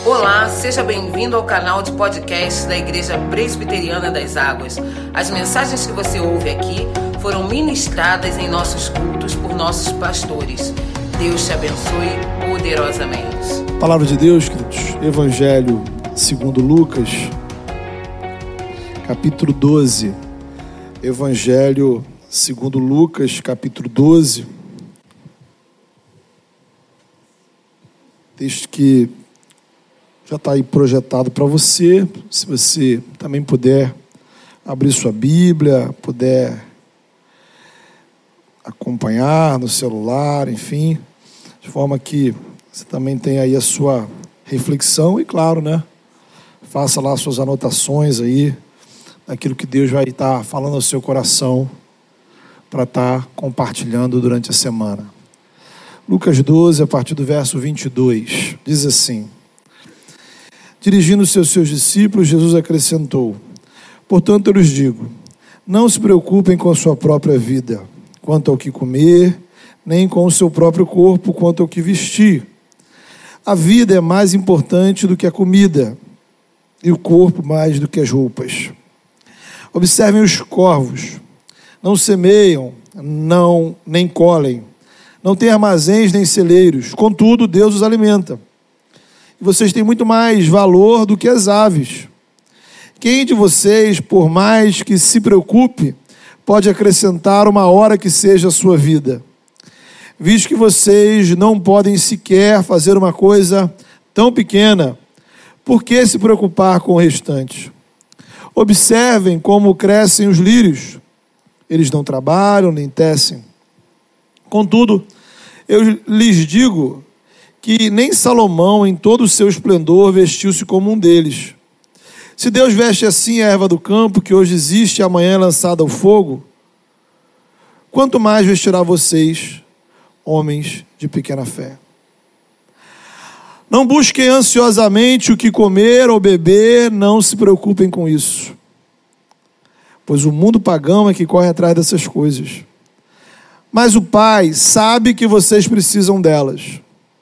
Olá, seja bem-vindo ao canal de podcast da Igreja Presbiteriana das Águas. As mensagens que você ouve aqui foram ministradas em nossos cultos por nossos pastores. Deus te abençoe poderosamente. Palavra de Deus, queridos. Evangelho segundo Lucas, capítulo 12. Evangelho segundo Lucas, capítulo 12. Texto que já está aí projetado para você. Se você também puder abrir sua Bíblia, puder acompanhar no celular, enfim, de forma que você também tenha aí a sua reflexão e, claro, né, faça lá suas anotações aí, daquilo que Deus vai estar falando ao seu coração para estar compartilhando durante a semana. Lucas 12, a partir do verso 22, diz assim: Dirigindo-se aos seus discípulos, Jesus acrescentou: Portanto, eu lhes digo, não se preocupem com a sua própria vida, quanto ao que comer, nem com o seu próprio corpo, quanto ao que vestir. A vida é mais importante do que a comida, e o corpo mais do que as roupas. Observem os corvos, não semeiam, nem colhem, não têm armazéns nem celeiros, contudo Deus os alimenta. E vocês têm muito mais valor do que as aves. Quem de vocês, por mais que se preocupe, pode acrescentar uma hora que seja a sua vida? Visto que vocês não podem sequer fazer uma coisa tão pequena, por que se preocupar com o restante? Observem como crescem os lírios. Eles não trabalham nem tecem. Contudo, eu lhes digo que nem Salomão, em todo o seu esplendor, vestiu-se como um deles. Se Deus veste assim a erva do campo, que hoje existe e amanhã é lançada ao fogo, quanto mais vestirá vocês, homens de pequena fé. Não busquem ansiosamente o que comer ou beber, não se preocupem com isso, pois o mundo pagão é que corre atrás dessas coisas. Mas o Pai sabe que vocês precisam delas.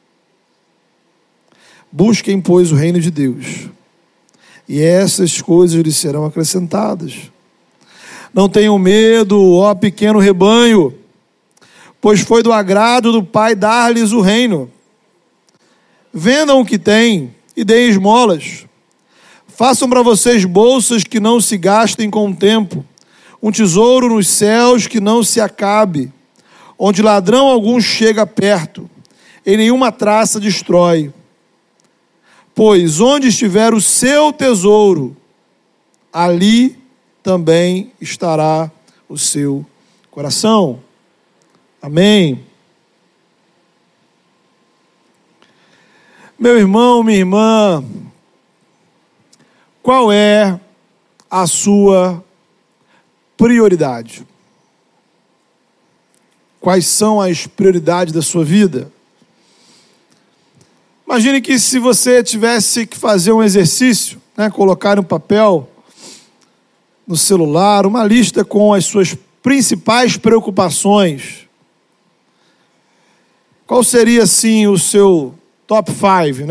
Busquem, pois, o reino de Deus, e essas coisas lhes serão acrescentadas. Não tenham medo, ó pequeno rebanho, pois foi do agrado do Pai dar-lhes o reino. Vendam o que têm e deem esmolas. Façam para vocês bolsas que não se gastem com o tempo, um tesouro nos céus que não se acabe, onde ladrão algum chega perto, e nenhuma traça destrói. Pois onde estiver o seu tesouro, ali também estará o seu coração. Amém. Meu irmão, minha irmã, qual é a sua prioridade? Quais são as prioridades da sua vida? Imagine que se você tivesse que fazer um exercício, colocar no papel, no celular, uma lista com as suas principais preocupações. Qual seria, assim, o seu top 5,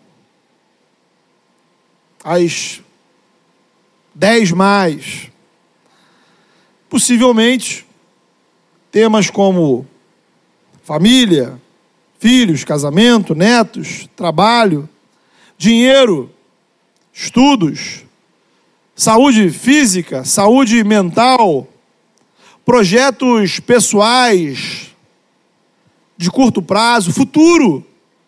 As 10 mais. Possivelmente, temas como família, filhos, casamento, netos, trabalho, dinheiro, estudos, saúde física, saúde mental, projetos pessoais de curto prazo, futuro.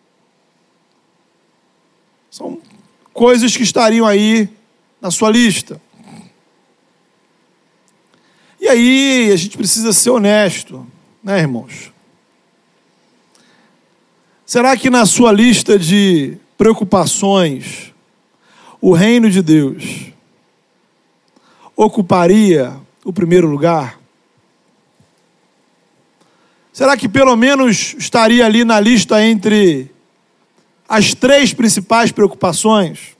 São coisas que estariam aí na sua lista. E aí a gente precisa ser honesto, irmãos? Será que na sua lista de preocupações, o reino de Deus ocuparia o primeiro lugar? Será que pelo menos estaria ali na lista entre as 3 principais preocupações?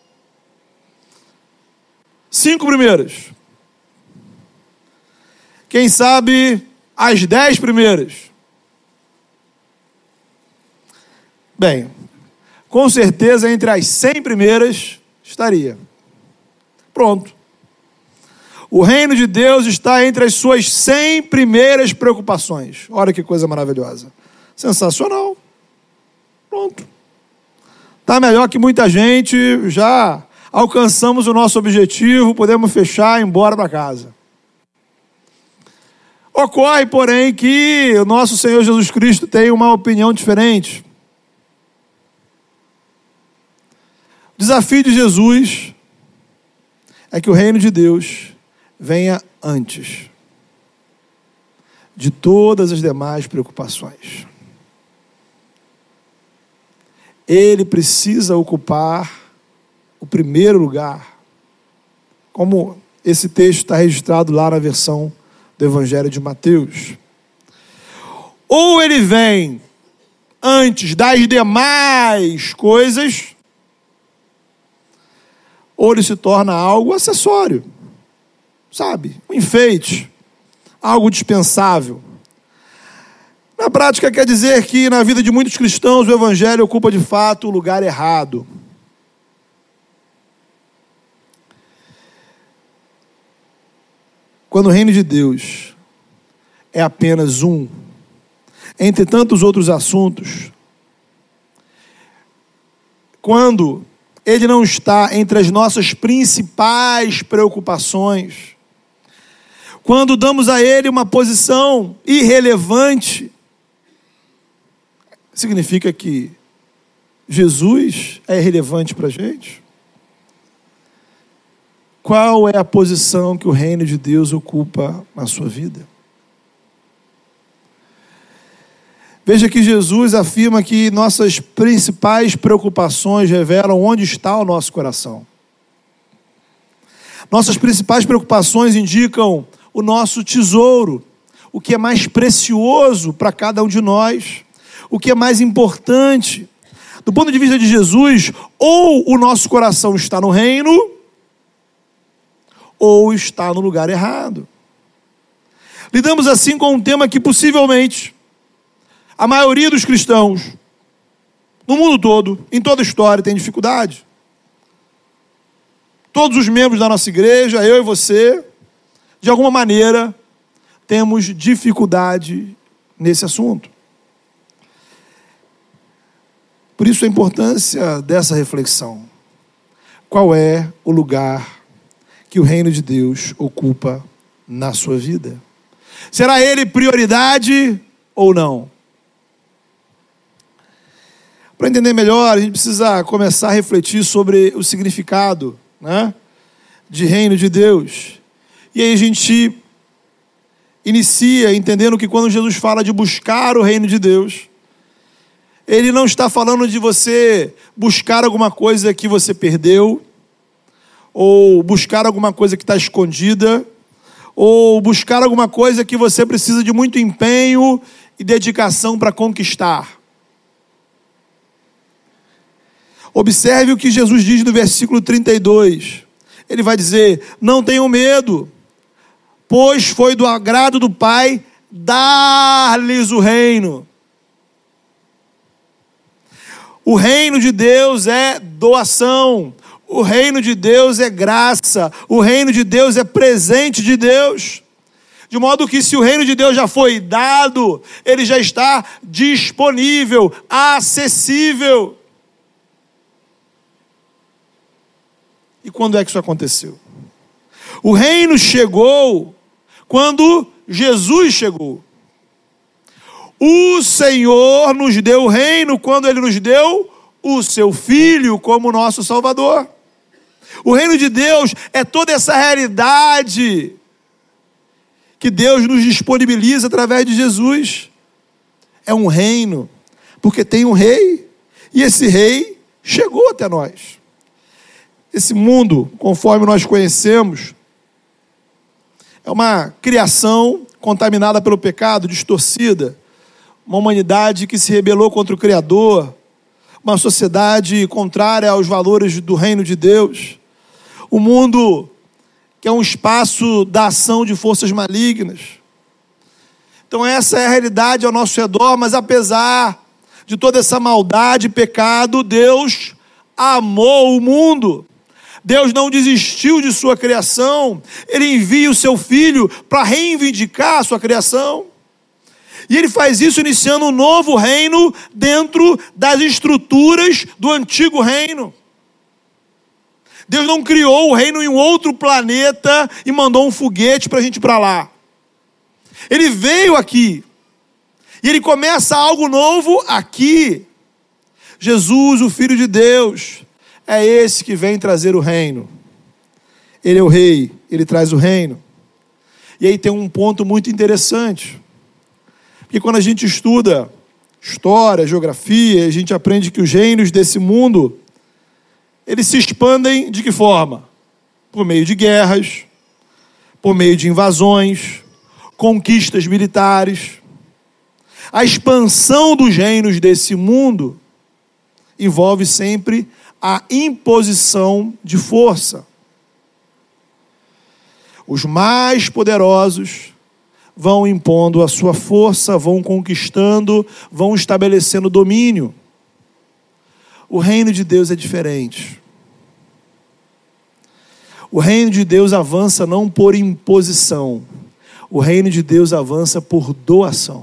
5 primeiras. Quem sabe as 10 primeiras. Bem, com certeza entre as 100 primeiras estaria. Pronto. O reino de Deus está entre as suas 100 primeiras preocupações. Olha que coisa maravilhosa. Sensacional. Pronto. Está melhor que muita gente, já alcançamos o nosso objetivo, podemos fechar e ir embora para casa. Ocorre, porém, que o nosso Senhor Jesus Cristo tem uma opinião diferente. O desafio de Jesus é que o reino de Deus venha antes de todas as demais preocupações. Ele precisa ocupar o primeiro lugar, como esse texto está registrado lá na versão do Evangelho de Mateus. Ou ele vem antes das demais coisas, ou ele se torna algo acessório, sabe? Um enfeite, algo dispensável. Na prática quer dizer que na vida de muitos cristãos o Evangelho ocupa de fato o lugar errado. Quando o reino de Deus é apenas um, entre tantos outros assuntos, quando ele não está entre as nossas principais preocupações, quando damos a ele uma posição irrelevante, significa que Jesus é irrelevante para a gente? Qual é a posição que o reino de Deus ocupa na sua vida? Veja que Jesus afirma que nossas principais preocupações revelam onde está o nosso coração. Nossas principais preocupações indicam o nosso tesouro, o que é mais precioso para cada um de nós, o que é mais importante. Do ponto de vista de Jesus, ou o nosso coração está no reino, ou está no lugar errado. Lidamos assim com um tema que possivelmente a maioria dos cristãos no mundo todo, em toda a história, tem dificuldade. Todos os membros da nossa igreja, eu e você, de alguma maneira, temos dificuldade nesse assunto. Por isso a importância dessa reflexão. Qual é o lugar que o reino de Deus ocupa na sua vida? Será ele prioridade ou não? Para entender melhor, a gente precisa começar a refletir sobre o significado, né, de reino de Deus. E aí a gente inicia entendendo que quando Jesus fala de buscar o reino de Deus, ele não está falando de você buscar alguma coisa que você perdeu, ou buscar alguma coisa que está escondida, ou buscar alguma coisa que você precisa de muito empenho e dedicação para conquistar. Observe o que Jesus diz no versículo 32. Ele vai dizer: não tenham medo, pois foi do agrado do Pai dar-lhes o reino. O reino de Deus é doação. O reino de Deus é graça. O reino de Deus é presente de Deus. De modo que se o reino de Deus já foi dado, ele já está disponível, acessível. E quando é que isso aconteceu? O reino chegou quando Jesus chegou. O Senhor nos deu o reino quando ele nos deu o seu Filho como nosso Salvador. O reino de Deus é toda essa realidade que Deus nos disponibiliza através de Jesus. É um reino, porque tem um rei, e esse rei chegou até nós. Esse mundo, conforme nós conhecemos, é uma criação contaminada pelo pecado, distorcida, uma humanidade que se rebelou contra o Criador, uma sociedade contrária aos valores do reino de Deus, um mundo que é um espaço da ação de forças malignas. Então essa é a realidade ao nosso redor, mas apesar de toda essa maldade e pecado, Deus amou o mundo. Deus não desistiu de sua criação. Ele envia o seu Filho para reivindicar a sua criação. E ele faz isso iniciando um novo reino dentro das estruturas do antigo reino. Deus não criou o reino em um outro planeta e mandou um foguete para a gente ir para lá. Ele veio aqui. E ele começa algo novo aqui. Jesus, o Filho de Deus, é esse que vem trazer o reino. Ele é o rei, ele traz o reino. E aí tem um ponto muito interessante. Porque quando a gente estuda história, geografia, a gente aprende que os reinos desse mundo, eles se expandem de que forma? Por meio de guerras, por meio de invasões, conquistas militares. A expansão dos reinos desse mundo envolve sempre a imposição de força. Os mais poderosos vão impondo a sua força, vão conquistando, vão estabelecendo domínio. O reino de Deus é diferente. O reino de Deus avança não por imposição. O reino de Deus avança por doação.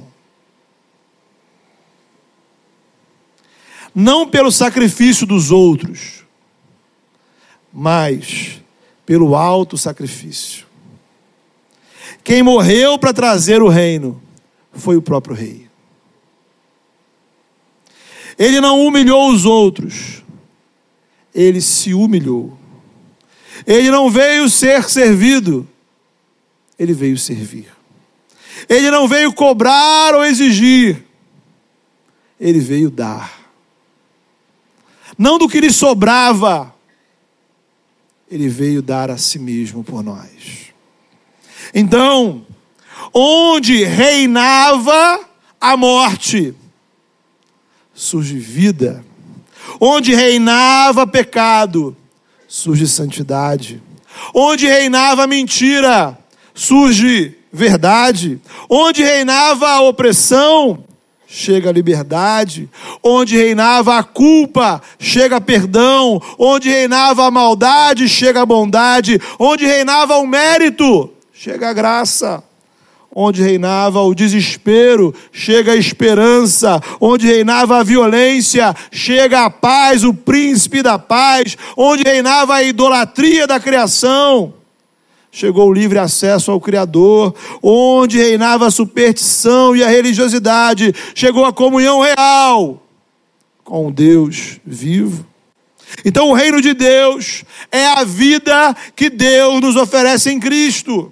Não pelo sacrifício dos outros, mas pelo alto sacrifício. Quem morreu para trazer o reino foi o próprio rei. Ele não humilhou os outros, ele se humilhou. Ele não veio ser servido, ele veio servir. Ele não veio cobrar ou exigir, ele veio dar. Não do que lhe sobrava, ele veio dar a si mesmo por nós. Então, onde reinava a morte, surge vida. Onde reinava pecado, surge santidade. Onde reinava mentira, surge verdade. Onde reinava a opressão, chega a liberdade. Onde reinava a culpa, chega perdão. Onde reinava a maldade, chega a bondade. Onde reinava o mérito, chega a graça. Onde reinava o desespero, chega a esperança. Onde reinava a violência, chega a paz, o príncipe da paz. Onde reinava a idolatria da criação, chegou o livre acesso ao Criador. Onde reinava a superstição e a religiosidade, chegou a comunhão real com o Deus vivo. Então o reino de Deus é a vida que Deus nos oferece em Cristo.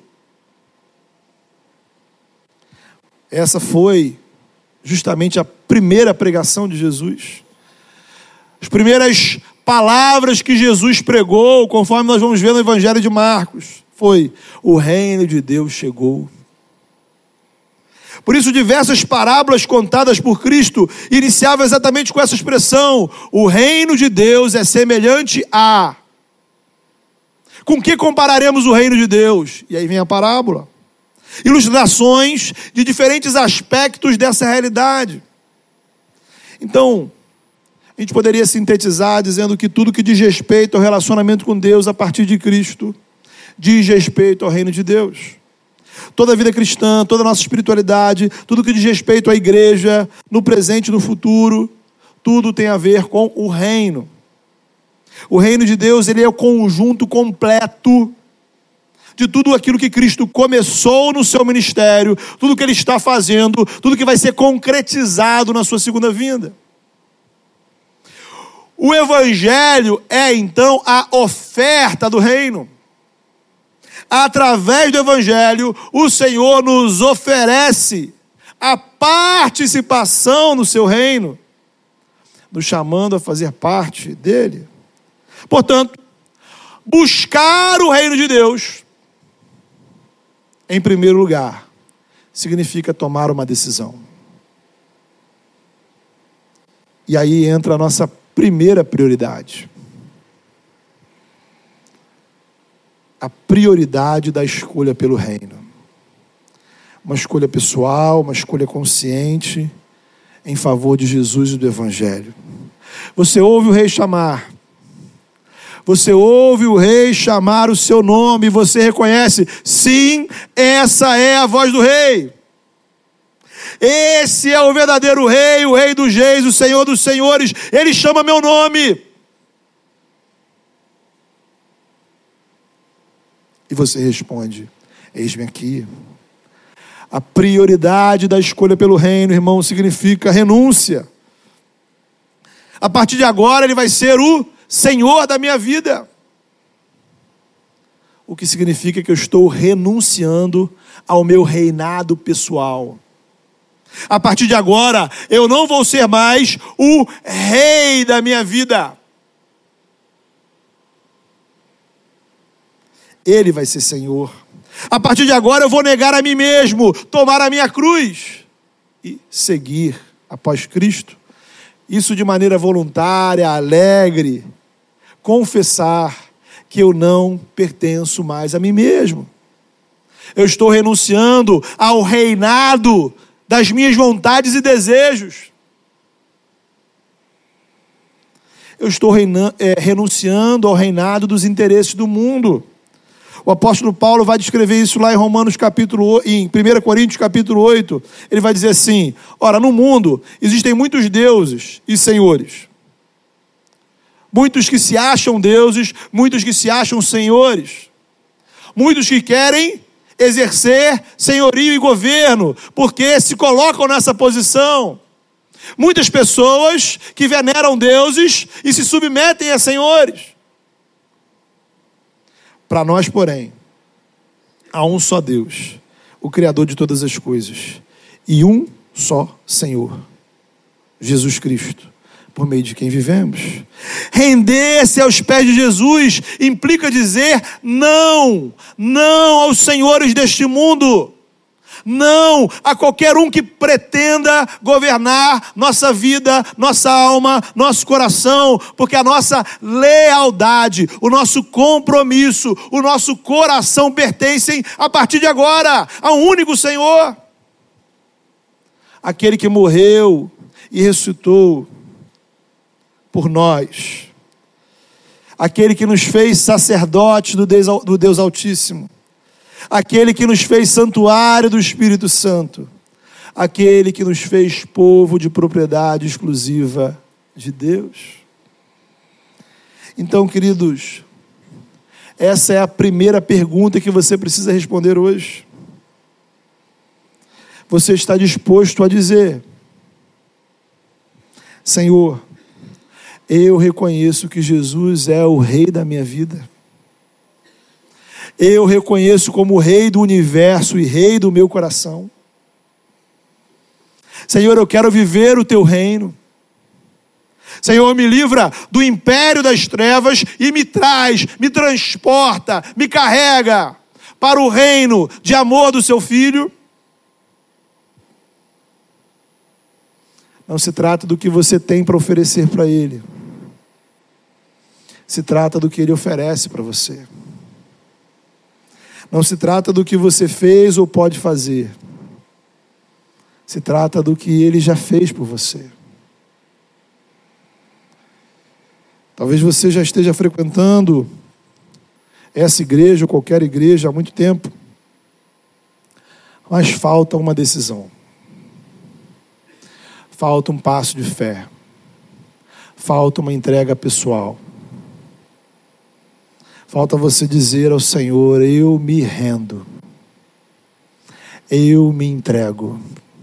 Essa foi justamente a primeira pregação de Jesus. As primeiras palavras que Jesus pregou, conforme nós vamos ver no Evangelho de Marcos, foi: o reino de Deus chegou. Por isso, diversas parábolas contadas por Cristo iniciavam exatamente com essa expressão: o reino de Deus é semelhante a... Com que compararemos o reino de Deus? E aí vem a parábola. Ilustrações de diferentes aspectos dessa realidade. Então, a gente poderia sintetizar dizendo que tudo que diz respeito ao relacionamento com Deus a partir de Cristo diz respeito ao reino de Deus. Toda a vida cristã, toda a nossa espiritualidade, tudo que diz respeito à igreja, no presente e no futuro, tudo tem a ver com o reino. O reino de Deus, ele é o conjunto completo de tudo aquilo que Cristo começou no seu ministério, tudo que ele está fazendo, tudo que vai ser concretizado na sua segunda vinda. O Evangelho é então a oferta do reino. Através do Evangelho, o Senhor nos oferece a participação no seu reino, nos chamando a fazer parte dele. Portanto, buscar o reino de Deus, em primeiro lugar, significa tomar uma decisão. E aí entra a nossa primeira prioridade. A prioridade da escolha pelo reino. Uma escolha pessoal, uma escolha consciente em favor de Jesus e do Evangelho. Você ouve o rei chamar. Você ouve o rei chamar o seu nome e você reconhece, sim, essa é a voz do rei. Esse é o verdadeiro rei, o rei dos reis, o Senhor dos senhores. Ele chama meu nome. E você responde, eis-me aqui. A prioridade da escolha pelo reino, irmão, significa renúncia. A partir de agora ele vai ser o Senhor da minha vida. O que significa que eu estou renunciando ao meu reinado pessoal. A partir de agora, eu não vou ser mais o rei da minha vida. Ele vai ser Senhor. A partir de agora, eu vou negar a mim mesmo, tomar a minha cruz e seguir após Cristo. Isso de maneira voluntária, alegre. Confessar que eu não pertenço mais a mim mesmo. Eu estou renunciando ao reinado das minhas vontades e desejos. Eu estou renunciando ao reinado dos interesses do mundo. O apóstolo Paulo vai descrever isso lá em em 1 Coríntios capítulo 8. Ele vai dizer assim, ora, no mundo existem muitos deuses e senhores. Muitos que se acham deuses, muitos que se acham senhores. Muitos que querem exercer senhorio e governo, porque se colocam nessa posição. Muitas pessoas que veneram deuses e se submetem a senhores. Para nós, porém, há um só Deus, o Criador de todas as coisas, e um só Senhor, Jesus Cristo, por meio de quem vivemos. Render-se aos pés de Jesus implica dizer não aos senhores deste mundo, não a qualquer um que pretenda governar nossa vida, nossa alma, nosso coração, porque a nossa lealdade, o nosso compromisso, o nosso coração pertencem a partir de agora a um único Senhor, aquele que morreu e ressuscitou por nós, aquele que nos fez sacerdotes do Deus Altíssimo, aquele que nos fez santuário do Espírito Santo, aquele que nos fez povo de propriedade exclusiva de Deus. Então, queridos, essa é a primeira pergunta que você precisa responder hoje. Você está disposto a dizer, Senhor, eu reconheço que Jesus é o Rei da minha vida. Eu reconheço como Rei do universo e Rei do meu coração. Senhor, eu quero viver o teu reino. Senhor, me livra do império das trevas e me transporta, me carrega para o reino de amor do seu Filho. Não se trata do que você tem para oferecer para Ele. Se trata do que Ele oferece para você. Não se trata do que você fez ou pode fazer. Se trata do que Ele já fez por você. Talvez você já esteja frequentando essa igreja ou qualquer igreja há muito tempo. Mas falta uma decisão. Falta um passo de fé. Falta uma entrega pessoal. Falta você dizer ao Senhor, eu me rendo. Eu me entrego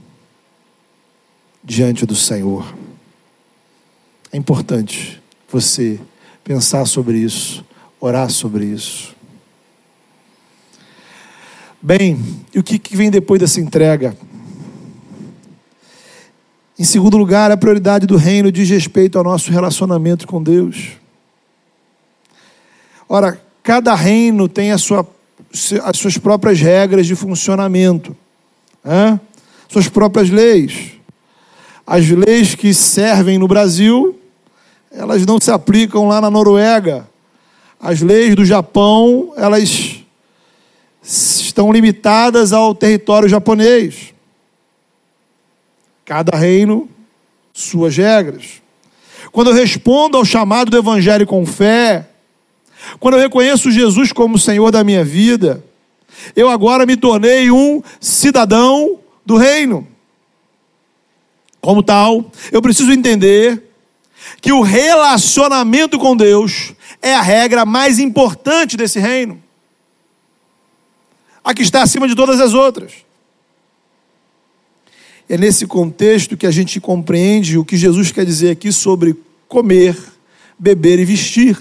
diante do Senhor. É importante você pensar sobre isso, orar sobre isso. Bem, e o que vem depois dessa entrega? Em segundo lugar, a prioridade do reino diz respeito ao nosso relacionamento com Deus. Ora, cada reino tem as suas próprias regras de funcionamento, suas próprias leis. As leis que servem no Brasil, elas não se aplicam lá na Noruega. As leis do Japão, elas estão limitadas ao território japonês. Cada reino suas regras. Quando eu respondo ao chamado do Evangelho com fé, quando eu reconheço Jesus como Senhor da minha vida, eu agora me tornei um cidadão do reino. Como tal, eu preciso entender que o relacionamento com Deus é a regra mais importante desse reino. A que está acima de todas as outras. É nesse contexto que a gente compreende o que Jesus quer dizer aqui sobre comer, beber e vestir.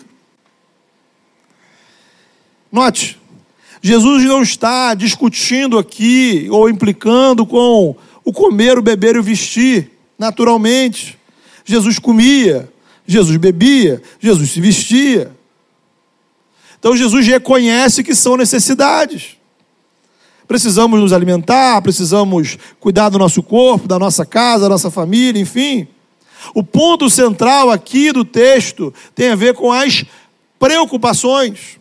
Note, Jesus não está discutindo aqui ou implicando com o comer, o beber e o vestir. Naturalmente, Jesus comia, Jesus bebia, Jesus se vestia. Então Jesus reconhece que são necessidades. Precisamos nos alimentar, precisamos cuidar do nosso corpo, da nossa casa, da nossa família, enfim. O ponto central aqui do texto tem a ver com as preocupações.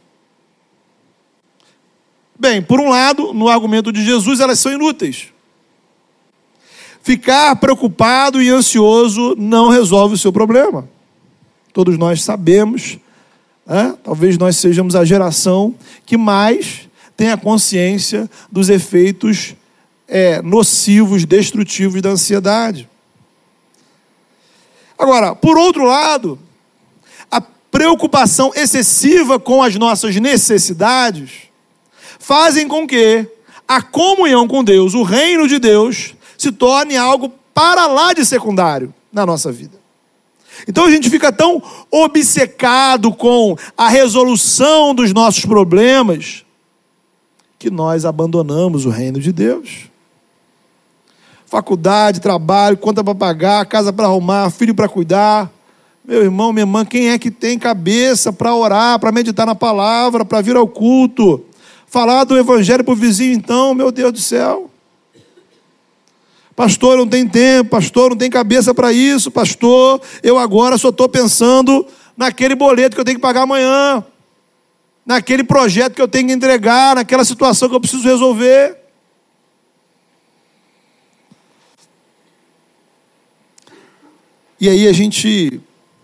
Bem, por um lado, no argumento de Jesus, elas são inúteis. Ficar preocupado e ansioso não resolve o seu problema. Todos nós sabemos, talvez nós sejamos a geração que mais tem a consciência dos efeitos nocivos, destrutivos da ansiedade. Agora, por outro lado, a preocupação excessiva com as nossas necessidades fazem com que a comunhão com Deus, o reino de Deus, se torne algo para lá de secundário na nossa vida. Então a gente fica tão obcecado com a resolução dos nossos problemas que nós abandonamos o reino de Deus. Faculdade, trabalho, conta para pagar, casa para arrumar, filho para cuidar. Meu irmão, minha irmã, quem é que tem cabeça para orar, para meditar na palavra, para vir ao culto? Falar do evangelho para o vizinho, então, meu Deus do céu. Pastor, não tem tempo, pastor, não tem cabeça para isso, pastor, eu agora só estou pensando naquele boleto que eu tenho que pagar amanhã, naquele projeto que eu tenho que entregar, naquela situação que eu preciso resolver. E aí a gente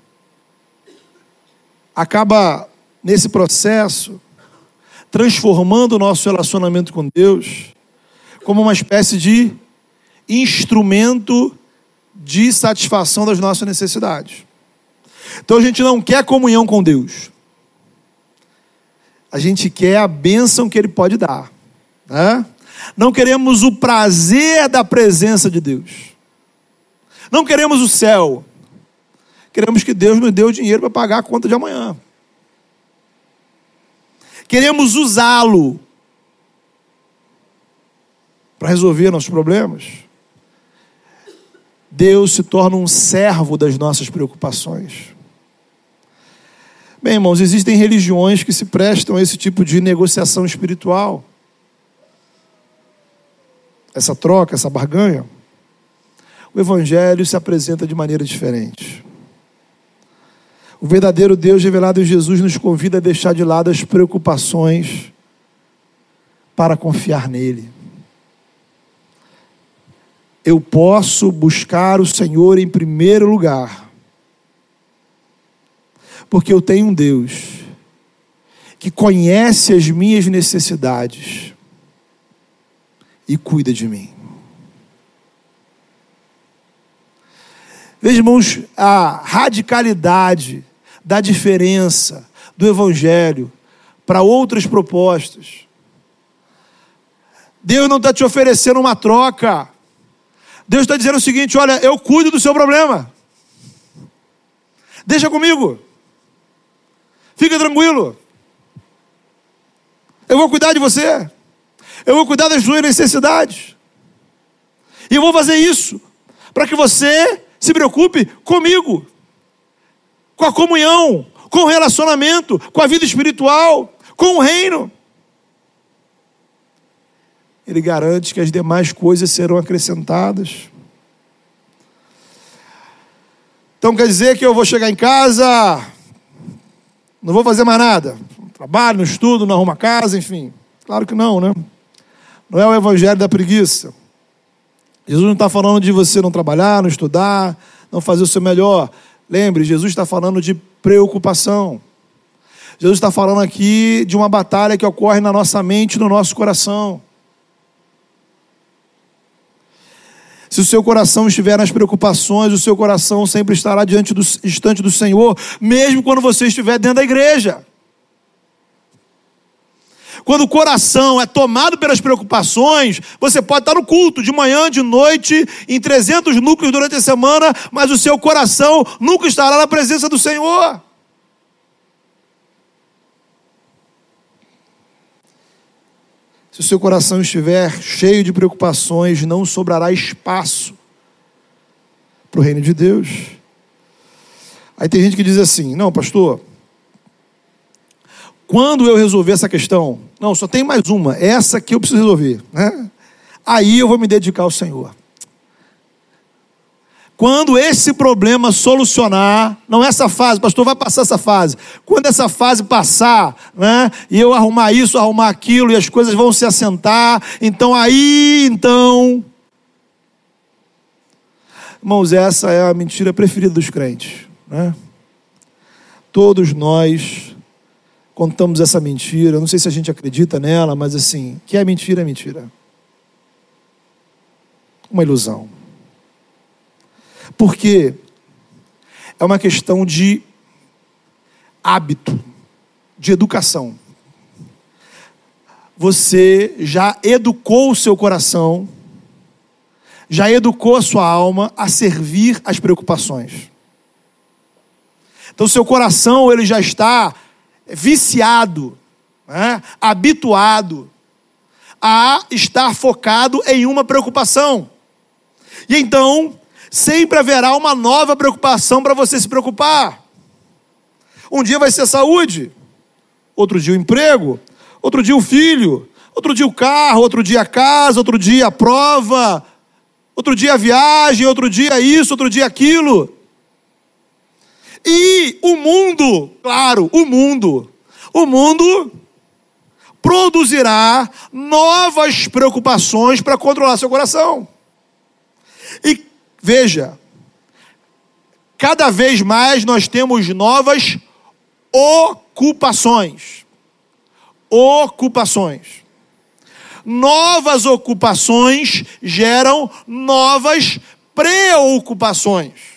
acaba, nesse processo, transformando o nosso relacionamento com Deus como uma espécie de instrumento de satisfação das nossas necessidades. Então a gente não quer comunhão com Deus. A gente quer a bênção que Ele pode dar, né? Não queremos o prazer da presença de Deus. Não queremos o céu. Queremos que Deus nos dê o dinheiro para pagar a conta de amanhã. Queremos usá-lo para resolver nossos problemas. Deus se torna um servo das nossas preocupações. Bem, irmãos, existem religiões que se prestam a esse tipo de negociação espiritual. Essa troca, essa barganha. O Evangelho se apresenta de maneira diferente. O verdadeiro Deus revelado em Jesus nos convida a deixar de lado as preocupações para confiar nele. Eu posso buscar o Senhor em primeiro lugar, porque eu tenho um Deus que conhece as minhas necessidades e cuida de mim. Veja, irmãos, a radicalidade da diferença do Evangelho para outras propostas. Deus não está te oferecendo uma troca. Deus está dizendo o seguinte: olha, eu cuido do seu problema. Deixa comigo. Fica tranquilo. Eu vou cuidar de você. Eu vou cuidar das suas necessidades. E eu vou fazer isso para que você se preocupe comigo, com a comunhão, com o relacionamento, com a vida espiritual, com o reino. Ele garante que as demais coisas serão acrescentadas. Então quer dizer que eu vou chegar em casa, não vou fazer mais nada. Trabalho, não estudo, não arrumo a casa, enfim. Claro que não, né? Não é o evangelho da preguiça. Jesus não está falando de você não trabalhar, não estudar, não fazer o seu melhor. Lembre, Jesus está falando de preocupação. Jesus está falando aqui de uma batalha que ocorre na nossa mente e no nosso coração. Se o seu coração estiver nas preocupações, o seu coração sempre estará distante do Senhor, mesmo quando você estiver dentro da igreja. Quando o coração é tomado pelas preocupações, você pode estar no culto, de manhã, de noite, em 300 núcleos durante a semana, mas o seu coração nunca estará na presença do Senhor. Se o seu coração estiver cheio de preocupações, não sobrará espaço para o reino de Deus. Aí tem gente que diz assim, não, pastor, quando eu resolver essa questão, não, só tem mais uma, essa que eu preciso resolver, né? Aí eu vou me dedicar ao Senhor. Quando esse problema solucionar, não essa fase, pastor, vai passar essa fase. Quando essa fase passar, né, e eu arrumar isso, arrumar aquilo, e as coisas vão se assentar, então. Irmãos, essa é a mentira preferida dos crentes, né? Todos nós contamos essa mentira, não sei se a gente acredita nela, mas assim, que é mentira, é mentira. Uma ilusão. Porque é uma questão de hábito, de educação. Você já educou o seu coração, já educou a sua alma a servir às preocupações. Então, seu coração ele já está viciado, né, habituado a estar focado em uma preocupação. E então, sempre haverá uma nova preocupação para você se preocupar. Um dia vai ser a saúde, outro dia o emprego, outro dia o filho, outro dia o carro, outro dia a casa, outro dia a prova, outro dia a viagem, outro dia isso, outro dia aquilo. E o mundo, claro, o mundo produzirá novas preocupações para controlar seu coração. E veja, cada vez mais nós temos novas ocupações. Novas ocupações geram novas preocupações.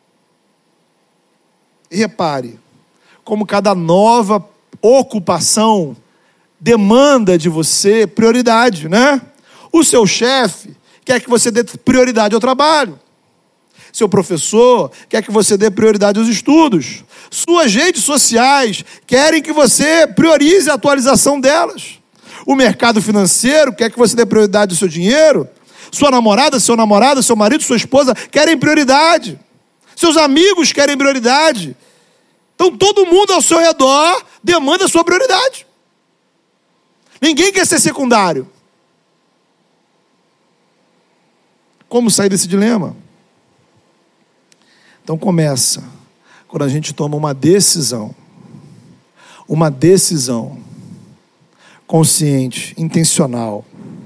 E repare, como cada nova ocupação demanda de você prioridade, né? O seu chefe quer que você dê prioridade ao trabalho. Seu professor quer que você dê prioridade aos estudos. Suas redes sociais querem que você priorize a atualização delas. O mercado financeiro quer que você dê prioridade ao seu dinheiro. Sua namorada, seu namorado, seu marido, sua esposa querem prioridade. Seus amigos querem prioridade. Então todo mundo ao seu redor demanda a sua prioridade. Ninguém quer ser secundário. Como sair desse dilema? Então começa quando a gente toma uma decisão consciente, intencional,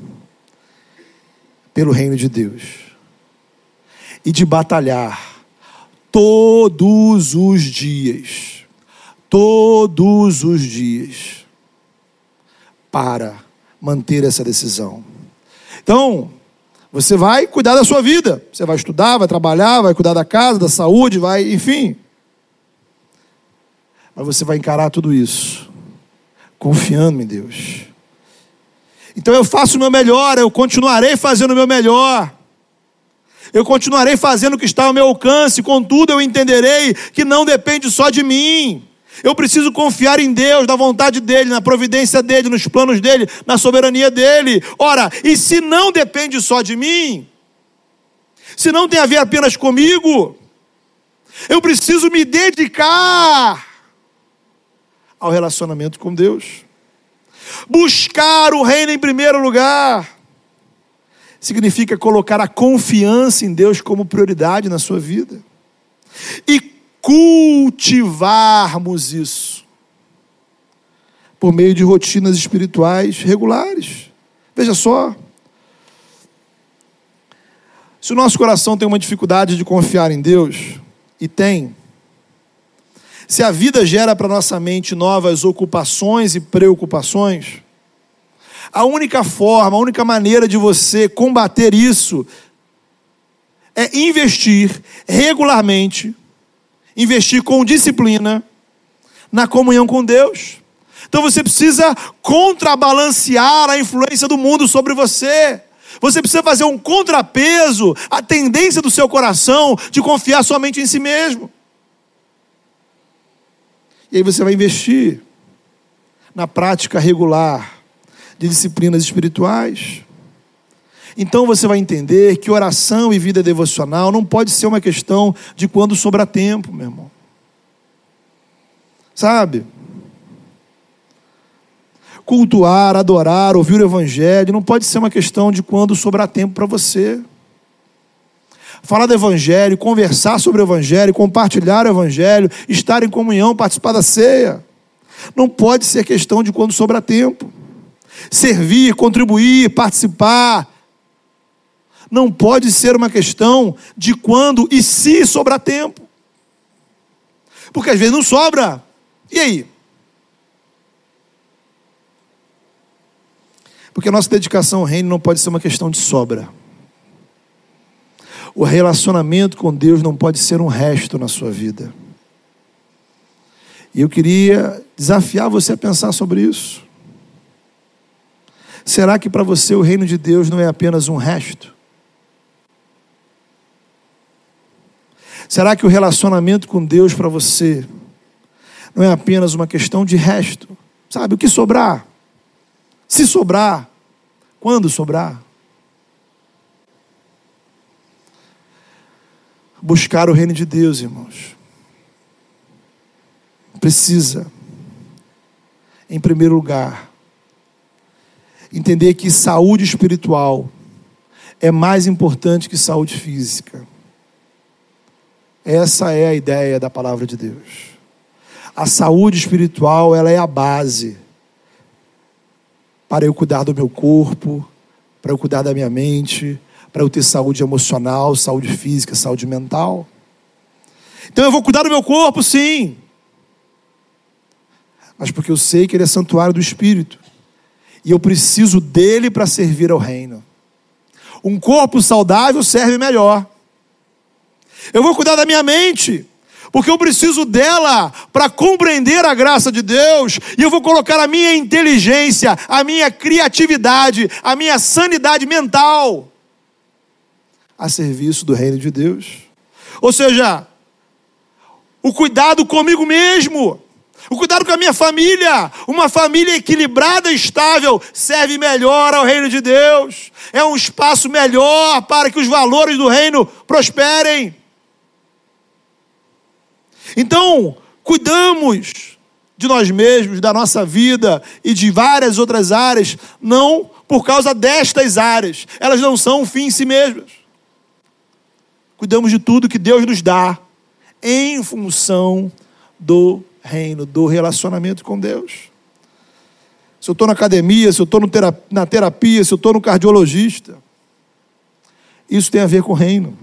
pelo reino de Deus, e de batalhar todos os dias, para manter essa decisão. Então, você vai cuidar da sua vida, você vai estudar, vai trabalhar, vai cuidar da casa, da saúde, enfim. Mas você vai encarar tudo isso, confiando em Deus. Então eu faço o meu melhor, eu continuarei fazendo o meu melhor. Eu continuarei fazendo o que está ao meu alcance, contudo eu entenderei que não depende só de mim. Eu preciso confiar em Deus, na vontade dEle, na providência dEle, nos planos dEle, na soberania dEle. Ora, e se não depende só de mim, se não tem a ver apenas comigo, eu preciso me dedicar ao relacionamento com Deus. Buscar o reino em primeiro lugar significa colocar a confiança em Deus como prioridade na sua vida. E cultivarmos isso por meio de rotinas espirituais regulares. Veja só. Se o nosso coração tem uma dificuldade de confiar em Deus, e tem, se a vida gera para nossa mente novas ocupações e preocupações, a única forma, a única maneira de você combater isso é investir regularmente, investir com disciplina na comunhão com Deus. Então você precisa contrabalancear a influência do mundo sobre você. Você precisa fazer um contrapeso à tendência do seu coração de confiar somente em si mesmo. E aí você vai investir na prática regular de disciplinas espirituais. Então você vai entender que oração e vida devocional não pode ser uma questão de quando sobrar tempo, meu irmão. Sabe? Cultuar, adorar, ouvir o evangelho não pode ser uma questão de quando sobrar tempo para você. Falar do evangelho, conversar sobre o evangelho, compartilhar o evangelho, estar em comunhão, participar da ceia, não pode ser questão de quando sobrar tempo. Servir, contribuir, participar, não pode ser uma questão de quando e se sobrar tempo. Porque às vezes não sobra. E aí? Porque a nossa dedicação ao reino não pode ser uma questão de sobra. O relacionamento com Deus não pode ser um resto na sua vida. E eu queria desafiar você a pensar sobre isso. Será que para você o reino de Deus não é apenas um resto? Será que o relacionamento com Deus para você não é apenas uma questão de resto? Sabe, o que sobrar? Se sobrar, quando sobrar? Buscar o reino de Deus, irmãos, precisa, em primeiro lugar, entender que saúde espiritual é mais importante que saúde física. Essa é a ideia da palavra de Deus. A saúde espiritual, ela é a base para eu cuidar do meu corpo, para eu cuidar da minha mente, para eu ter saúde emocional, saúde física, saúde mental. Então eu vou cuidar do meu corpo, sim. Mas porque eu sei que ele é santuário do Espírito. E eu preciso dele para servir ao reino. Um corpo saudável serve melhor. Eu vou cuidar da minha mente, porque eu preciso dela para compreender a graça de Deus, e eu vou colocar a minha inteligência, a minha criatividade, a minha sanidade mental a serviço do reino de Deus. Ou seja, o cuidado comigo mesmo, o cuidado com a minha família, uma família equilibrada e estável, serve melhor ao reino de Deus. É um espaço melhor para que os valores do reino prosperem. Então, cuidamos de nós mesmos, da nossa vida e de várias outras áreas, não por causa destas áreas. Elas não são um fim em si mesmas. Cuidamos de tudo que Deus nos dá em função do reino, do relacionamento com Deus. Se eu estou na academia, se eu estou na terapia, se eu estou no cardiologista, isso tem a ver com o reino.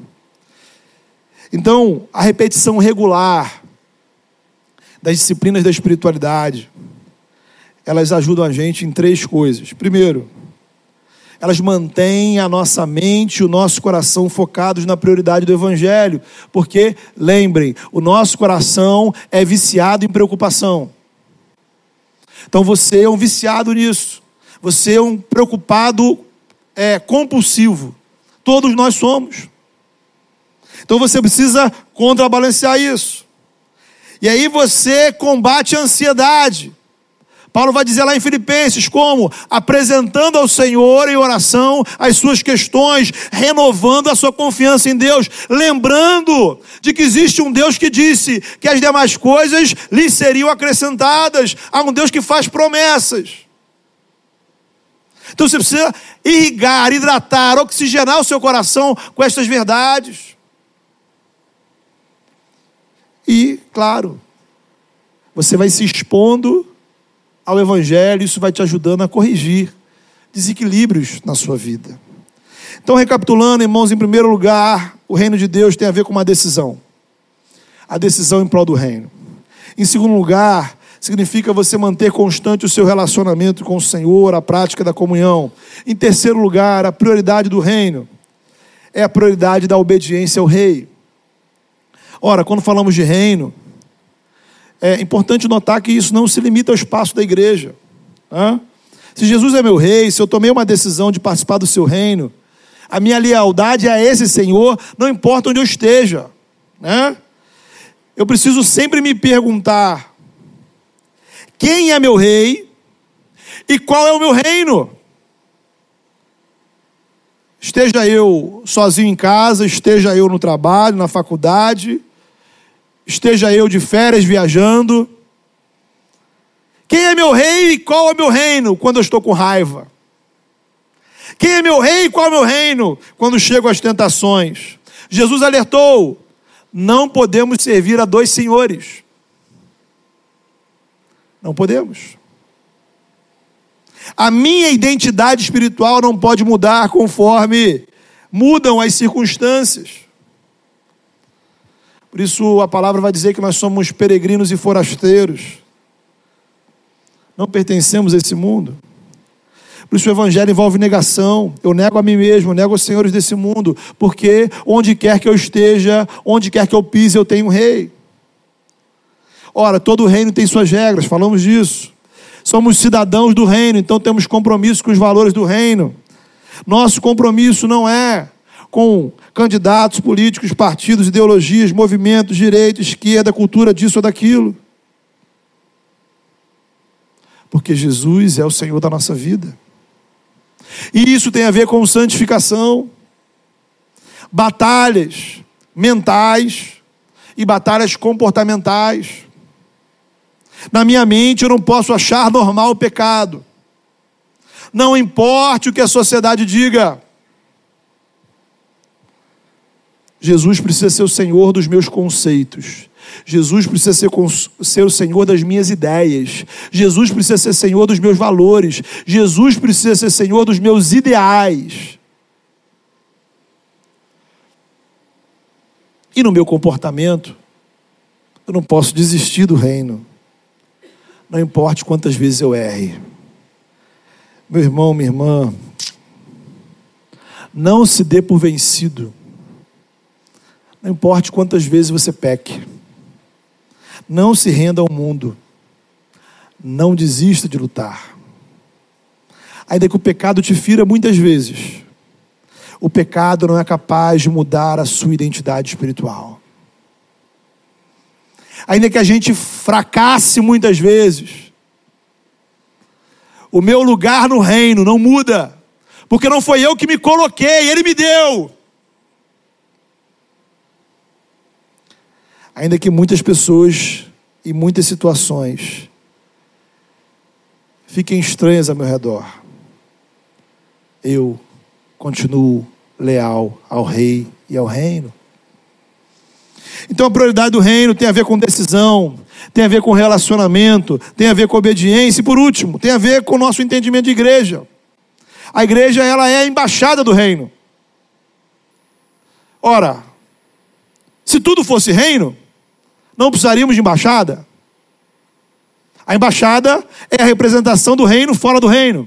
Então, a repetição regular das disciplinas da espiritualidade, elas ajudam a gente em 3 coisas. Primeiro, elas mantêm a nossa mente e o nosso coração focados na prioridade do Evangelho. Porque, lembrem, o nosso coração é viciado em preocupação. Então você é um viciado nisso. Você é um preocupado compulsivo. Todos nós somos. Então você precisa contrabalancear isso. E aí você combate a ansiedade. Paulo vai dizer lá em Filipenses como? Apresentando ao Senhor em oração as suas questões, renovando a sua confiança em Deus, lembrando de que existe um Deus que disse que as demais coisas lhe seriam acrescentadas. Há um Deus que faz promessas. Então você precisa irrigar, hidratar, oxigenar o seu coração com estas verdades. E, claro, você vai se expondo ao Evangelho, isso vai te ajudando a corrigir desequilíbrios na sua vida. Então, recapitulando, irmãos, em primeiro lugar, o reino de Deus tem a ver com uma decisão. A decisão em prol do reino. Em segundo lugar, significa você manter constante o seu relacionamento com o Senhor, a prática da comunhão. Em terceiro lugar, a prioridade do reino é a prioridade da obediência ao rei. Ora, quando falamos de reino, é importante notar que isso não se limita ao espaço da igreja. Se Jesus é meu rei, se eu tomei uma decisão de participar do seu reino, a minha lealdade a esse Senhor, não importa onde eu esteja. Eu preciso sempre me perguntar: quem é meu rei e qual é o meu reino? Esteja eu sozinho em casa, esteja eu no trabalho, na faculdade, esteja eu de férias viajando. Quem é meu rei e qual é o meu reino quando eu estou com raiva? Quem é meu rei e qual é o meu reino quando chego às tentações? Jesus alertou: não podemos servir a dois senhores. Não podemos. A minha identidade espiritual não pode mudar conforme mudam as circunstâncias. Por isso a palavra vai dizer que nós somos peregrinos e forasteiros. Não pertencemos a esse mundo. Por isso o evangelho envolve negação. Eu nego a mim mesmo, eu nego os senhores desse mundo, porque onde quer que eu esteja, onde quer que eu pise, eu tenho um rei. Ora, todo reino tem suas regras, falamos disso. Somos cidadãos do reino, então temos compromisso com os valores do reino. Nosso compromisso não é com candidatos políticos, partidos, ideologias, movimentos, direita, esquerda, cultura disso ou daquilo. Porque Jesus é o Senhor da nossa vida. E isso tem a ver com santificação, batalhas mentais e batalhas comportamentais. Na minha mente eu não posso achar normal o pecado. Não importe o que a sociedade diga. Jesus precisa ser o Senhor dos meus conceitos. Jesus precisa ser o Senhor das minhas ideias. Jesus precisa ser Senhor dos meus valores. Jesus precisa ser Senhor dos meus ideais. E no meu comportamento, eu não posso desistir do reino. Não importa quantas vezes eu erre. Meu irmão, minha irmã, não se dê por vencido. Não importa quantas vezes você peque. Não se renda ao mundo. Não desista de lutar. Ainda que o pecado te fira muitas vezes, o pecado não é capaz de mudar a sua identidade espiritual. Ainda que a gente fracasse muitas vezes, o meu lugar no reino não muda, porque não foi eu que me coloquei, Ele me deu. Ainda que muitas pessoas e muitas situações fiquem estranhas ao meu redor, eu continuo leal ao Rei e ao reino. Então a prioridade do reino tem a ver com decisão, tem a ver com relacionamento, tem a ver com obediência e, por último, tem a ver com o nosso entendimento de igreja. A igreja, ela é a embaixada do reino. Ora, se tudo fosse reino, não precisaríamos de embaixada. A embaixada é a representação do reino fora do reino.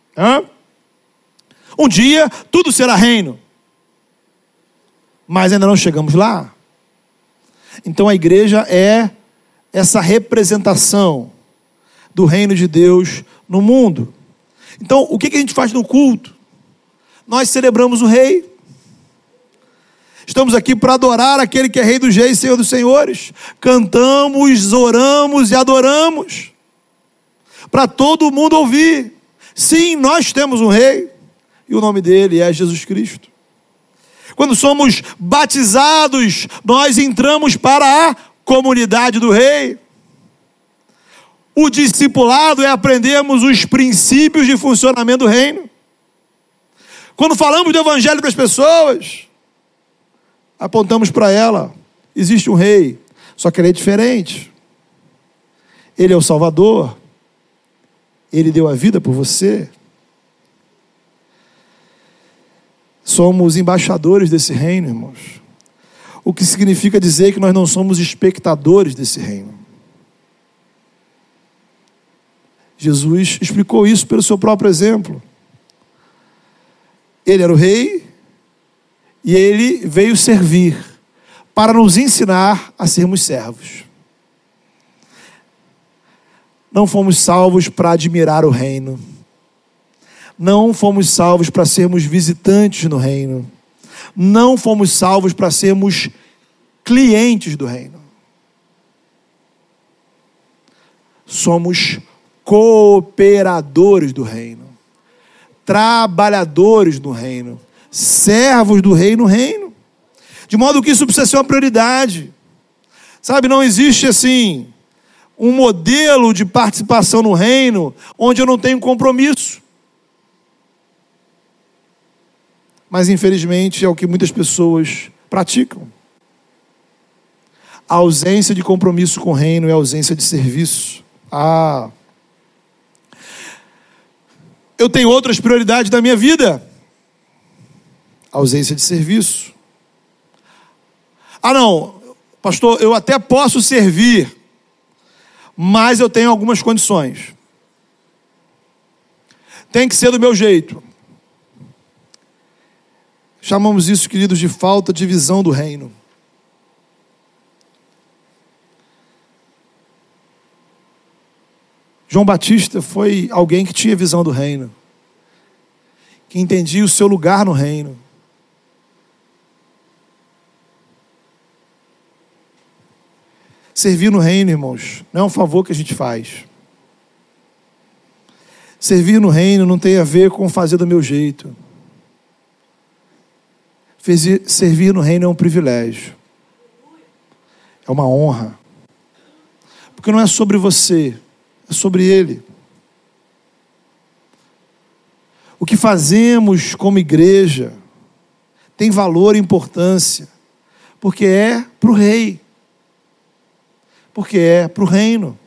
Um dia tudo será reino, mas ainda não chegamos lá. Então a igreja é essa representação do reino de Deus no mundo. Então o que a gente faz no culto? Nós celebramos o rei. Estamos aqui para adorar aquele que é Rei dos Reis, Senhor dos Senhores. Cantamos, oramos e adoramos, para todo mundo ouvir. Sim, nós temos um Rei, e o nome dele é Jesus Cristo. Quando somos batizados, nós entramos para a comunidade do Rei. O discipulado é aprendermos os princípios de funcionamento do reino. Quando falamos do evangelho para as pessoas, apontamos para ela: existe um rei, só que ele é diferente. Ele é o Salvador. Ele deu a vida por você. Somos embaixadores desse reino, irmãos. O que significa dizer que nós não somos espectadores desse reino. Jesus explicou isso pelo seu próprio exemplo. Ele era o rei e ele veio servir para nos ensinar a sermos servos. Não fomos salvos para admirar o reino. Não fomos salvos para sermos visitantes no reino. Não fomos salvos para sermos clientes do reino. Somos cooperadores do reino, trabalhadores do reino, servos do rei no reino. De modo que isso precisa ser uma prioridade. Sabe, não existe assim um modelo de participação no reino onde eu não tenho compromisso. Mas infelizmente é o que muitas pessoas praticam. A ausência de compromisso com o reino é a ausência de serviço. Eu tenho outras prioridades da minha vida. Ausência de serviço. Não, pastor, eu até posso servir, mas eu tenho algumas condições. Tem que ser do meu jeito. Chamamos isso, queridos, de falta de visão do reino. João Batista foi alguém que tinha visão do reino, que entendia o seu lugar no reino. Servir no reino, irmãos, não é um favor que a gente faz. Servir no reino não tem a ver com fazer do meu jeito. Servir no reino é um privilégio. É uma honra. Porque não é sobre você, é sobre Ele. O que fazemos como igreja tem valor e importância, porque é para o Rei, porque é para o reino.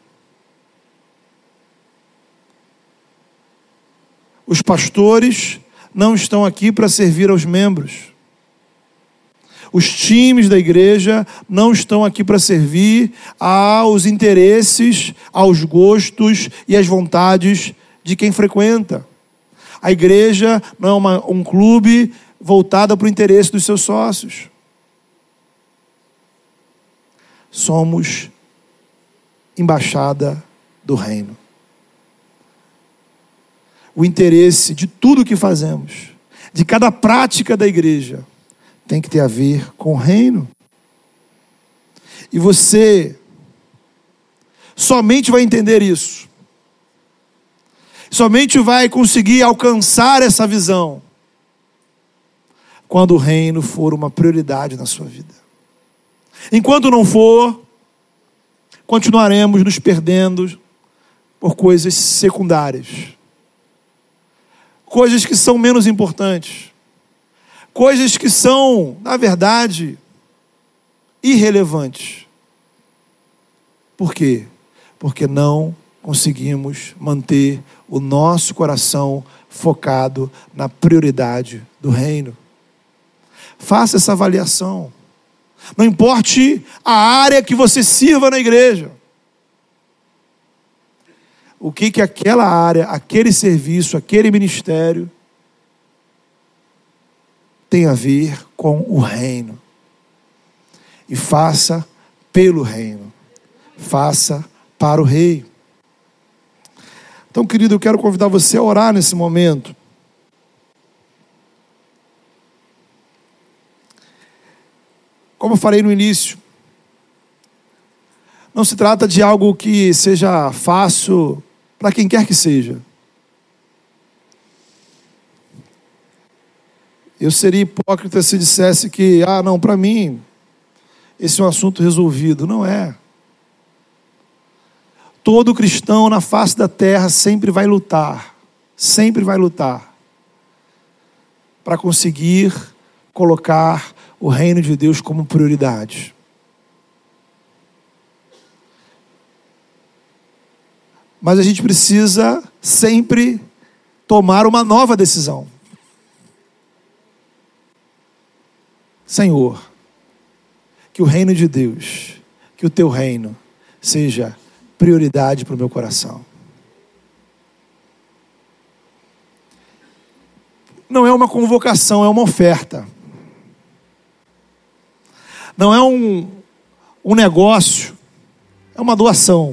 Os pastores não estão aqui para servir aos membros. Os times da igreja não estão aqui para servir aos interesses, aos gostos e às vontades de quem frequenta. A igreja não é um clube voltado para o interesse dos seus sócios. Somos embaixada do reino. O interesse de tudo que fazemos, de cada prática da igreja, tem que ter a ver com o reino. E você somente vai entender isso. Somente vai conseguir alcançar essa visão quando o reino for uma prioridade na sua vida. Enquanto não for, continuaremos nos perdendo por coisas secundárias. Coisas que são menos importantes. Coisas que são, na verdade, irrelevantes. Por quê? Porque não conseguimos manter o nosso coração focado na prioridade do reino. Faça essa avaliação. Não importe a área que você sirva na igreja. O que aquela área, aquele serviço, aquele ministério tem a ver com o reino. E faça pelo reino. Faça para o rei. Então, querido, eu quero convidar você a orar nesse momento. Como eu falei no início, não se trata de algo que seja fácil para quem quer que seja. Eu seria hipócrita se dissesse que, não, para mim, esse é um assunto resolvido. Não é. Todo cristão na face da terra sempre vai lutar para conseguir colocar o reino de Deus como prioridade. Mas a gente precisa sempre tomar uma nova decisão. Senhor, que o reino de Deus, que o teu reino seja prioridade para o meu coração. Não é uma convocação, é uma oferta. Não é um negócio, é uma doação.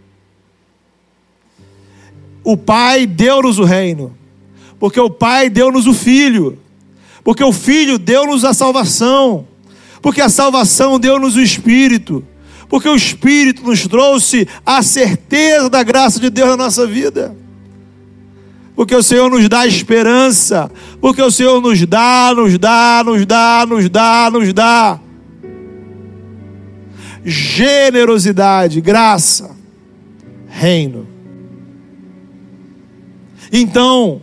O Pai deu-nos o reino, porque o Pai deu-nos o Filho, porque o Filho deu-nos a salvação, porque a salvação deu-nos o Espírito, porque o Espírito nos trouxe a certeza da graça de Deus na nossa vida, porque o Senhor nos dá esperança, porque o Senhor nos dá generosidade, graça, reino. Então,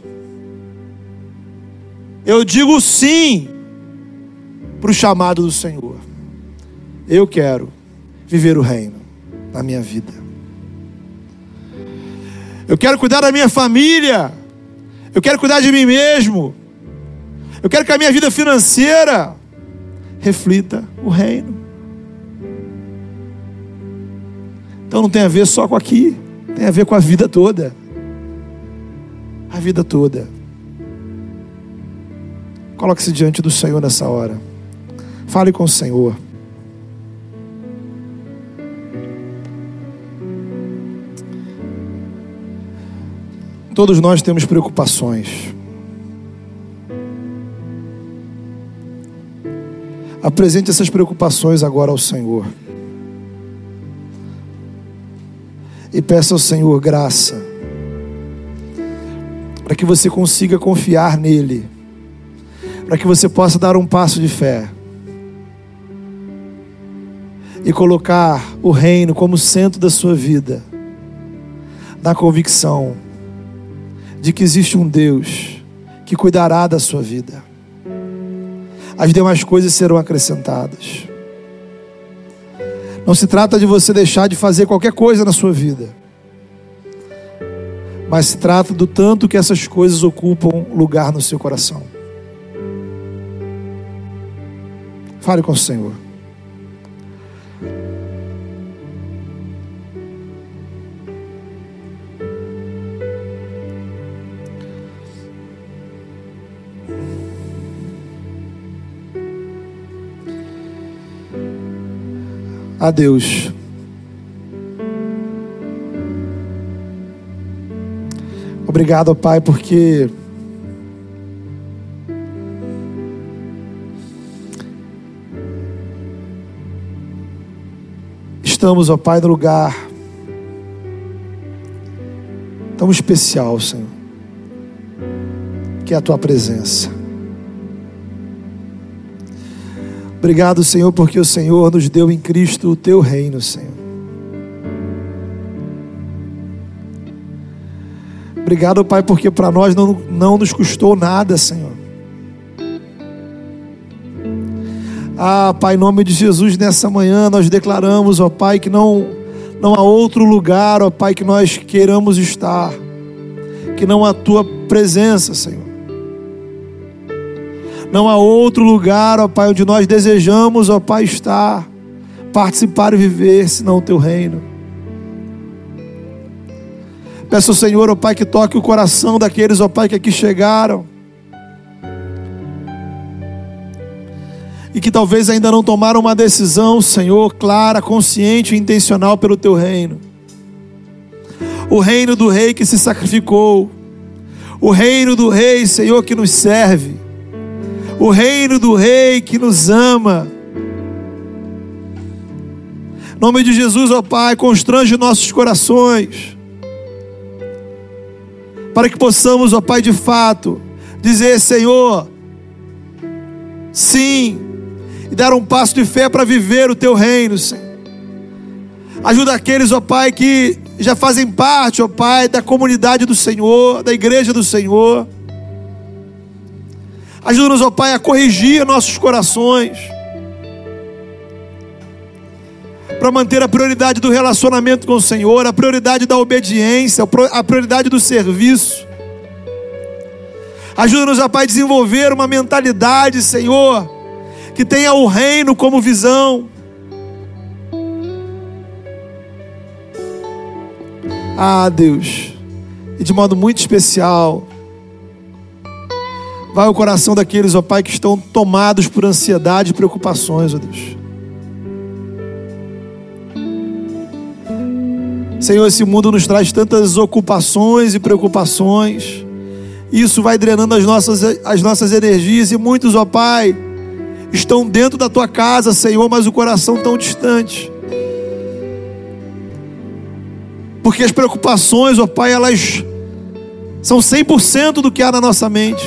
eu digo sim para o chamado do Senhor. Eu quero viver o reino na minha vida. Eu quero cuidar da minha família. Eu quero cuidar de mim mesmo. Eu quero que a minha vida financeira reflita o reino. Então não tem a ver só com aqui, tem a ver com a vida toda. A vida toda. Coloque-se diante do Senhor nessa hora. Fale com o Senhor. Todos nós temos preocupações. Apresente essas preocupações agora ao Senhor. E peça ao Senhor graça, para que você consiga confiar nele, para que você possa dar um passo de fé e colocar o reino como centro da sua vida, na convicção de que existe um Deus que cuidará da sua vida. As demais coisas serão acrescentadas. Não se trata de você deixar de fazer qualquer coisa na sua vida, mas se trata do tanto que essas coisas ocupam lugar no seu coração. Fale com o Senhor. A Deus. Obrigado, Pai, porque estamos, ó Pai, no lugar tão especial, Senhor, que é a Tua presença. Obrigado, Senhor, porque o Senhor nos deu em Cristo o Teu reino, Senhor. Obrigado, Pai, porque para nós não nos custou nada, Senhor. Ah, Pai, em nome de Jesus, nessa manhã nós declaramos, ó Pai, que não há outro lugar, ó Pai, que nós queiramos estar, que não a Tua presença, Senhor. Não há outro lugar, ó Pai, onde nós desejamos, ó Pai, estar, participar e viver, senão o Teu reino. Peço ao Senhor, ó Pai, que toque o coração daqueles, ó Pai, que aqui chegaram e que talvez ainda não tomaram uma decisão, Senhor, clara, consciente e intencional pelo Teu reino. O reino do Rei que se sacrificou, o reino do Rei, Senhor, que nos serve, o reino do Rei que nos ama. Em nome de Jesus, ó Pai, constrange nossos corações, para que possamos, ó Pai, de fato, dizer, Senhor, sim, e dar um passo de fé para viver o Teu reino, Senhor. Ajuda aqueles, ó Pai, que já fazem parte, ó Pai, da comunidade do Senhor, da igreja do Senhor. Ajuda-nos, ó Pai, a corrigir nossos corações, para manter a prioridade do relacionamento com o Senhor, a prioridade da obediência, a prioridade do serviço. Ajuda-nos, ó Pai, a desenvolver uma mentalidade, Senhor, que tenha o reino como visão. Ah, Deus, e de modo muito especial, vai ao coração daqueles, ó Pai, que estão tomados por ansiedade e preocupações, ó Deus. Senhor, esse mundo nos traz tantas ocupações e preocupações. Isso vai drenando as nossas energias, e muitos, ó Pai, estão dentro da Tua casa, Senhor, mas o coração tão distante. Porque as preocupações, ó Pai, elas são 100% do que há na nossa mente.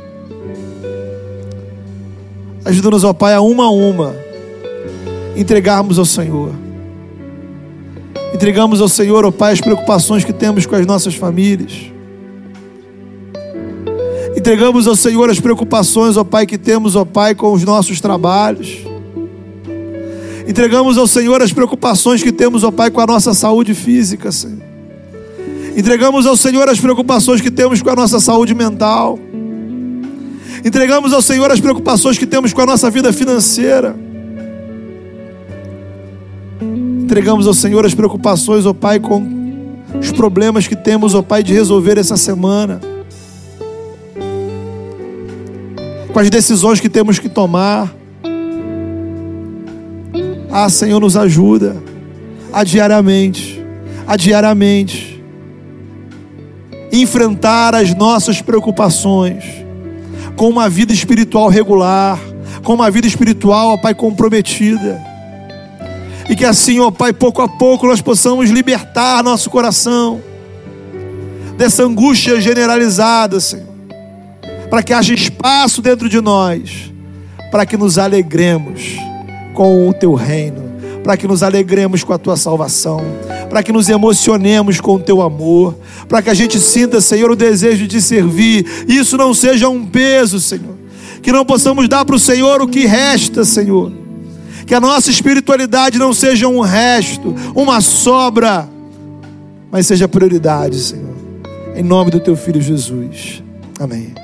Ajuda-nos, ó Pai, a uma, entregarmos ao Senhor. Entregamos ao Senhor, ó Pai, as preocupações que temos com as nossas famílias. Entregamos ao Senhor as preocupações, ó Pai, que temos, ó Pai, com os nossos trabalhos. Entregamos ao Senhor as preocupações que temos, ó Pai, com a nossa saúde física, Senhor. Entregamos ao Senhor as preocupações que temos com a nossa saúde mental. Entregamos ao Senhor as preocupações que temos com a nossa vida financeira. Entregamos ao Senhor as preocupações, ó Pai, com os problemas que temos, ó Pai, de resolver essa semana. Com as decisões que temos que tomar. Ah, Senhor, nos ajuda a diariamente enfrentar as nossas preocupações com uma vida espiritual regular, com uma vida espiritual, ó Pai, comprometida. E que assim, ó Pai, pouco a pouco nós possamos libertar nosso coração dessa angústia generalizada, Senhor, para que haja espaço dentro de nós, para que nos alegremos com o Teu reino, para que nos alegremos com a Tua salvação, para que nos emocionemos com o Teu amor, para que a gente sinta, Senhor, o desejo de servir. Isso não seja um peso, Senhor, que não possamos dar para o Senhor o que resta, Senhor, que a nossa espiritualidade não seja um resto, uma sobra, mas seja prioridade, Senhor, em nome do Teu Filho Jesus, amém.